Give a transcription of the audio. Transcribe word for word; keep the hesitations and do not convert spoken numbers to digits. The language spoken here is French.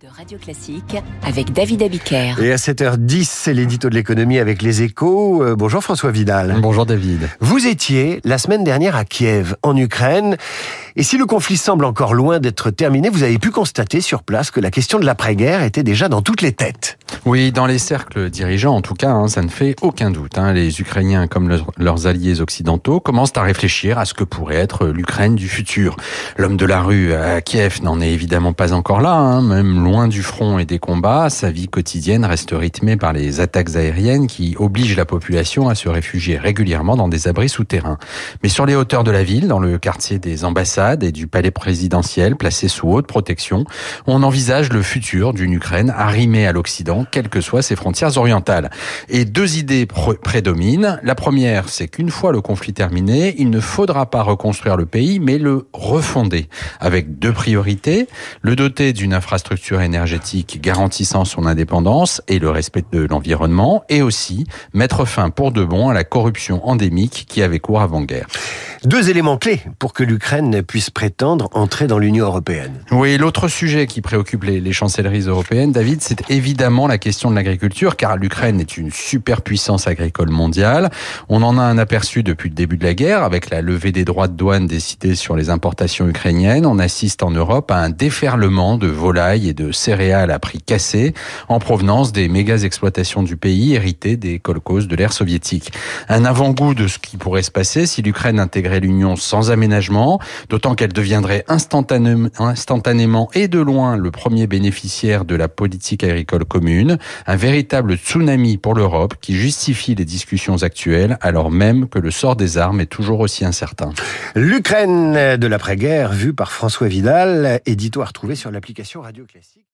de Radio Classique avec David Abiker. Et à sept heures dix, c'est l'édito de l'économie avec les Échos. Euh, bonjour François Vidal. Bonjour David. Vous étiez la semaine dernière à Kiev, en Ukraine. Et si le conflit semble encore loin d'être terminé, vous avez pu constater sur place que la question de l'après-guerre était déjà dans toutes les têtes. Oui, dans les cercles dirigeants en tout cas, hein, ça ne fait aucun doute. Hein. Les Ukrainiens, comme le, leurs alliés occidentaux, commencent à réfléchir à ce que pourrait être l'Ukraine du futur. L'homme de la rue à Kiev n'en est évidemment pas encore là, hein, même loin du front et des combats. Sa vie quotidienne reste rythmée par les attaques aériennes qui obligent la population à se réfugier régulièrement dans des abris souterrains. Mais sur les hauteurs de la ville, dans le quartier des ambassades et du palais présidentiel, placé sous haute protection, on envisage le futur d'une Ukraine arrimée à l'Occident, quelles que soient ses frontières orientales. Et deux idées pr- prédominent. La première, c'est qu'une fois le conflit terminé, il ne faudra pas reconstruire le pays, mais le refonder, avec deux priorités: le doter d'une infrastructure énergétique garantissant son indépendance et le respect de l'environnement, et aussi mettre fin pour de bon à la corruption endémique qui avait cours avant-guerre. Deux éléments clés pour que l'Ukraine puisse prétendre entrer dans l'Union européenne. Oui, l'autre sujet qui préoccupe les, les chancelleries européennes, David, c'est évidemment la question de l'agriculture, car l'Ukraine est une superpuissance agricole mondiale. On en a un aperçu depuis le début de la guerre, avec la levée des droits de douane décidés sur les importations ukrainiennes. On assiste en Europe à un déferlement de volailles et de céréales à prix cassés, en provenance des méga exploitations du pays, héritées des kolkhozes de l'ère soviétique. Un avant-goût de ce qui pourrait se passer si l'Ukraine intégrait l'Union sans aménagement, d'autant qu'elle deviendrait instantanément, instantanément et de loin le premier bénéficiaire de la politique agricole commune, un véritable tsunami pour l'Europe qui justifie les discussions actuelles alors même que le sort des armes est toujours aussi incertain. L'Ukraine de l'après-guerre, vue par François Vidal, édito à retrouver sur l'application Radio Classique.